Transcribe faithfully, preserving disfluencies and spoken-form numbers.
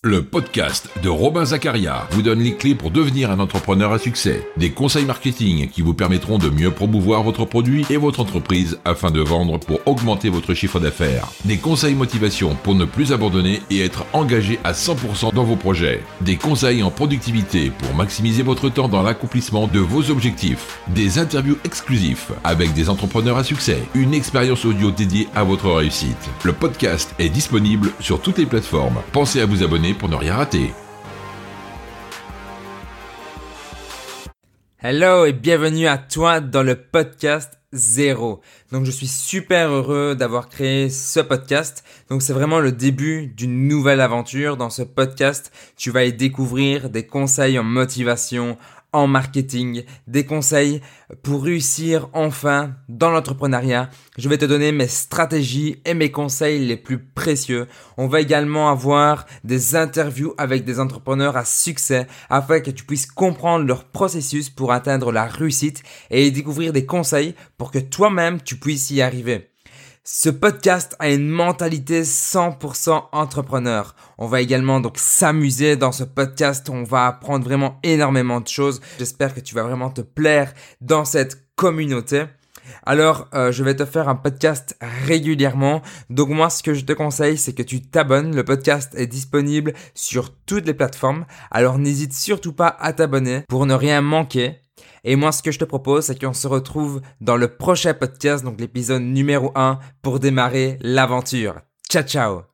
Le podcast de Robin Zaccaria vous donne les clés pour devenir un entrepreneur à succès. Des conseils marketing qui vous permettront de mieux promouvoir votre produit et votre entreprise afin de vendre pour augmenter votre chiffre d'affaires. Des conseils motivation pour ne plus abandonner et être engagé à cent pour cent dans vos projets. Des conseils en productivité pour maximiser votre temps dans l'accomplissement de vos objectifs. Des interviews exclusifs avec des entrepreneurs à succès. Une expérience audio dédiée à votre réussite. Le podcast est disponible sur toutes les plateformes. Pensez à vous abonner pour ne rien rater. Hello et bienvenue à toi dans le podcast Zéro. Donc je suis super heureux d'avoir créé ce podcast. Donc c'est vraiment le début d'une nouvelle aventure. Dans ce podcast, tu vas y découvrir des conseils en motivation, en marketing, des conseils pour réussir enfin dans l'entrepreneuriat. Je vais te donner mes stratégies et mes conseils les plus précieux. On va également avoir des interviews avec des entrepreneurs à succès afin que tu puisses comprendre leur processus pour atteindre la réussite et découvrir des conseils pour que toi-même tu puisses y arriver. Ce podcast a une mentalité cent pour cent entrepreneur. On va également donc s'amuser dans ce podcast. On va apprendre vraiment énormément de choses. J'espère que tu vas vraiment te plaire dans cette communauté. Alors, euh, je vais te faire un podcast régulièrement. Donc moi, ce que je te conseille, c'est que tu t'abonnes. Le podcast est disponible sur toutes les plateformes. Alors n'hésite surtout pas à t'abonner pour ne rien manquer. Et moi, ce que je te propose, c'est qu'on se retrouve dans le prochain podcast, donc l'épisode numéro un, pour démarrer l'aventure. Ciao, ciao!